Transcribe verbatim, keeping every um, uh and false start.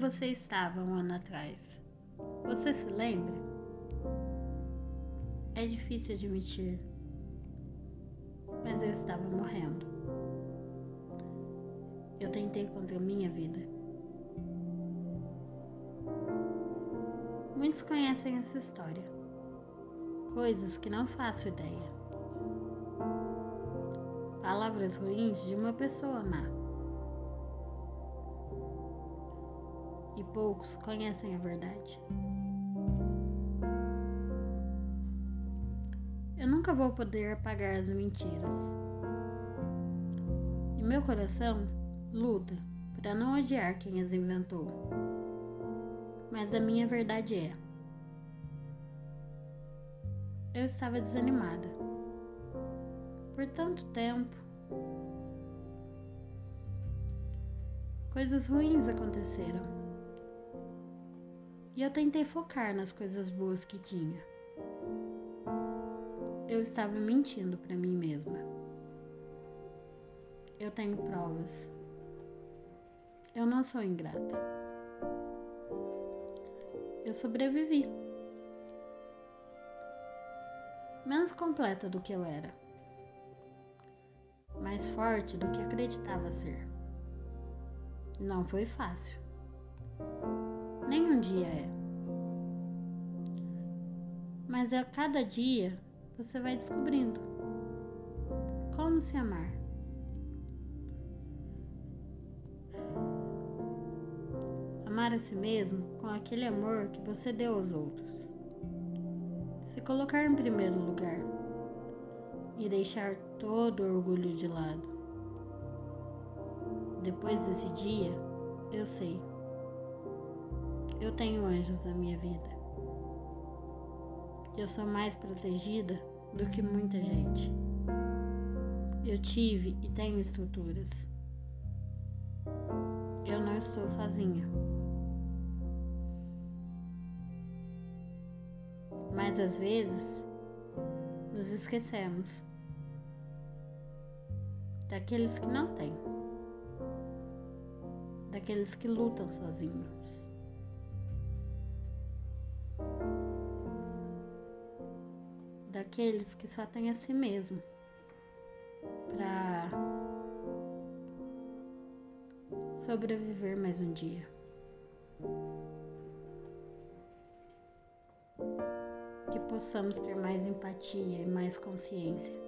você estava um ano atrás? Você se lembra? É difícil admitir, mas eu estava morrendo. Eu tentei contra a minha vida. Muitos conhecem essa história. Coisas que não faço ideia. Palavras ruins de uma pessoa má. E poucos conhecem a verdade. Eu nunca vou poder apagar as mentiras. E meu coração luta para não odiar quem as inventou. Mas a minha verdade é: eu estava desanimada. Por tanto tempo, coisas ruins aconteceram. E eu tentei focar nas coisas boas que tinha. Eu estava mentindo para mim mesma. Eu tenho provas. Eu não sou ingrata. Eu sobrevivi. Menos completa do que eu era. Mais forte do que acreditava ser. Não foi fácil. Nem um dia é. Mas a cada dia você vai descobrindo como se amar. Amar a si mesmo com aquele amor que você deu aos outros. Se colocar em primeiro lugar e deixar todo o orgulho de lado. Depois desse dia, eu sei. Eu tenho anjos na minha vida. Eu sou mais protegida do que muita gente. Eu tive e tenho estruturas. Eu não estou sozinha. Mas às vezes nos esquecemos daqueles que não têm, daqueles que lutam sozinhos, daqueles que só têm a si mesmo para sobreviver mais um dia. Que possamos ter mais empatia e mais consciência.